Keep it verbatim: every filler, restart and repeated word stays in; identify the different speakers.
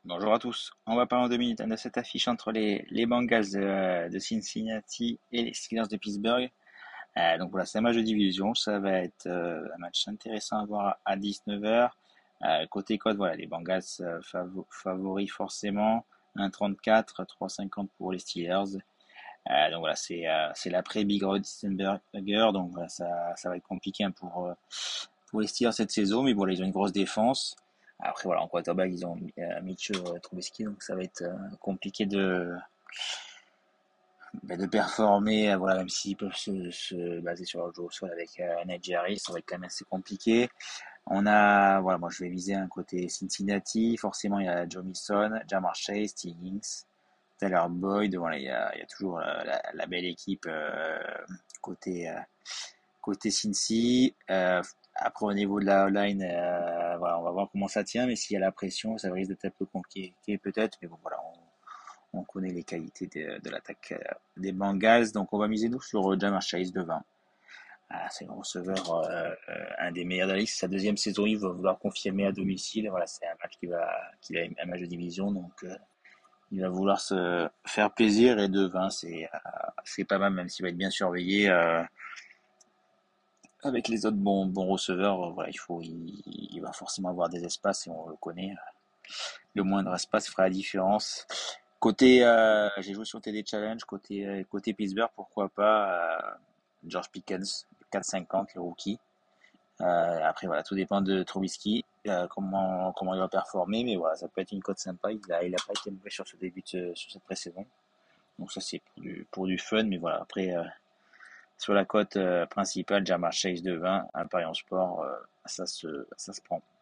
Speaker 1: Bonjour à tous. On va parler en deux minutes hein, de cette affiche entre les, les Bengals de, de Cincinnati et les Steelers de Pittsburgh. Euh, donc voilà, c'est un match de division. Ça va être euh, un match intéressant à voir à dix-neuf heures. Euh, côté code, voilà, les Bengals euh, favo- favoris forcément. un virgule trente-quatre, trois virgule cinquante pour les Steelers. Euh, donc voilà, c'est euh, c'est l'après Big Roethlisberger. Donc voilà, ça, ça va être compliqué hein, pour, euh, pour les Steelers cette saison, mais voilà, ils ont une grosse défense. Après, voilà, en quarterback, ils ont euh, Mitch euh, Trubisky, donc ça va être euh, compliqué de, bah, de performer, euh, voilà, même s'ils peuvent se, se baser sur leur jeu au sol avec euh, Najee Harris, ça va être quand même assez compliqué. On a, voilà, moi je vais viser un côté Cincinnati, forcément il y a Joe Mixon, Jamar Chase, T. Higgins, Tyler Boyd, voilà, il y a, il y a toujours la, la, la belle équipe euh, côté, euh, côté Cincy. Euh, après, au niveau de la line, euh, voilà, on va voir comment ça tient, mais s'il y a la pression, ça risque d'être un peu compliqué peut-être. Mais bon, voilà, on, on connaît les qualités de, de l'attaque euh, des Bengals. Donc, on va miser nous sur euh, Jamar Chase devant. Ah, c'est le receveur, euh, euh, un des meilleurs de la ligue. C'est sa deuxième saison, il va vouloir confirmer à domicile. Voilà, c'est un match qui va, qui va, un match de division, donc euh, il va vouloir se faire plaisir. Et devant, c'est, euh, c'est pas mal, même s'il va être bien surveillé. Euh, Avec les autres bons, bons receveurs, euh, voilà, il faut, il, il va forcément avoir des espaces et on le connaît. Le moindre espace fera la différence. Côté, euh, j'ai joué sur T D Challenge, côté, euh, côté Pittsburgh, pourquoi pas, euh, George Pickens, quatre cinquante, le rookie. Euh, après, voilà, tout dépend de Trubisky, euh, comment, comment il va performer, mais voilà, ça peut être une cote sympa. Il a, il a pas été mauvais sur ce début de, sur cette pré-saison. Donc ça, c'est pour du, pour du fun, mais voilà, après, euh, sur la cote euh, principale, Jamar Chase de vingt, un pari en sport, euh, ça se, ça se prend.